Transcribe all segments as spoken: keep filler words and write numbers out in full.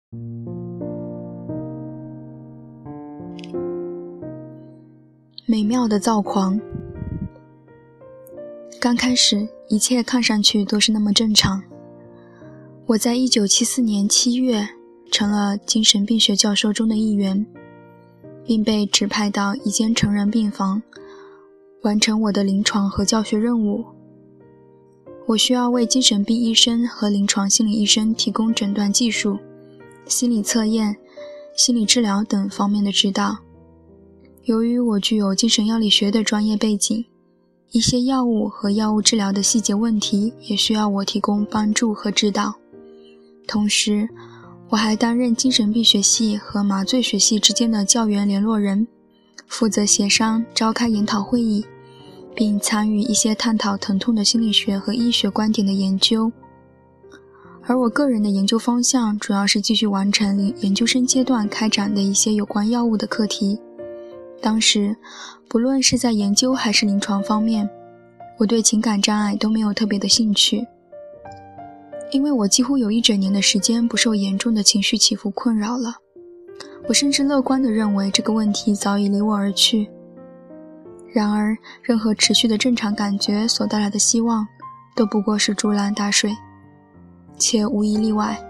美妙的躁狂。刚开始，一切看上去都是那么正常。我在一九七四年七月成了精神病学教授中的一员，并被指派到一间成人病房，完成我的临床和教学任务。我需要为精神病医生和临床心理医生提供诊断技术、心理测验、心理治疗等方面的指导。由于我具有精神药理学的专业背景，一些药物和药物治疗的细节问题也需要我提供帮助和指导。同时，我还担任精神病学系和麻醉学系之间的教员联络人，负责协商、召开研讨会议，并参与一些探讨疼痛的心理学和医学观点的研究。而我个人的研究方向主要是继续完成研究生阶段开展的一些有关药物的课题。当时，不论是在研究还是临床方面，我对情感障碍都没有特别的兴趣，因为我几乎有一整年的时间不受严重的情绪起伏困扰了。我甚至乐观地认为这个问题早已离我而去。然而，任何持续的正常感觉所带来的希望，都不过是竹篮打水，且无一例外。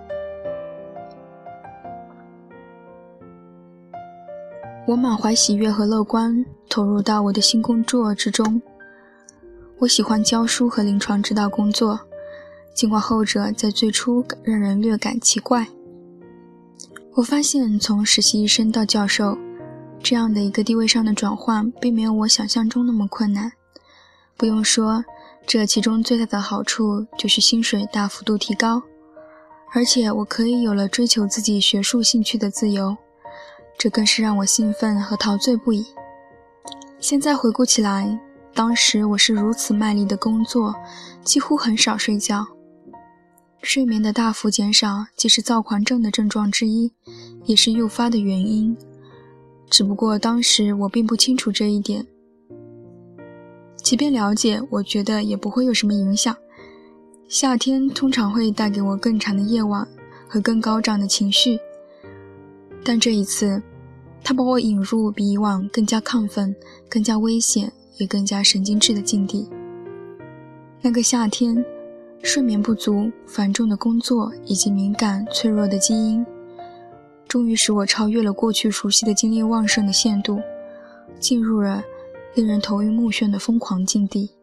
我满怀喜悦和乐观，投入到我的新工作之中。我喜欢教书和临床指导工作，尽管后者在最初让人略感奇怪。我发现从实习医生到教授，这样的一个地位上的转换并没有我想象中那么困难。不用说，这其中最大的好处就是薪水大幅度提高，而且我可以有了追求自己学术兴趣的自由，这更是让我兴奋和陶醉不已。现在回顾起来，当时我是如此卖力的工作，几乎很少睡觉。睡眠的大幅减少既是躁狂症的症状之一，也是诱发的原因。只不过当时我并不清楚这一点，即便了解，我觉得也不会有什么影响。夏天通常会带给我更长的夜晚和更高涨的情绪，但这一次它把我引入比以往更加亢奋、更加危险也更加神经质的境地。那个夏天，睡眠不足、繁重的工作以及敏感脆弱的基因，终于使我超越了过去熟悉的精力旺盛的限度，进入了令人头晕目眩的疯狂境地。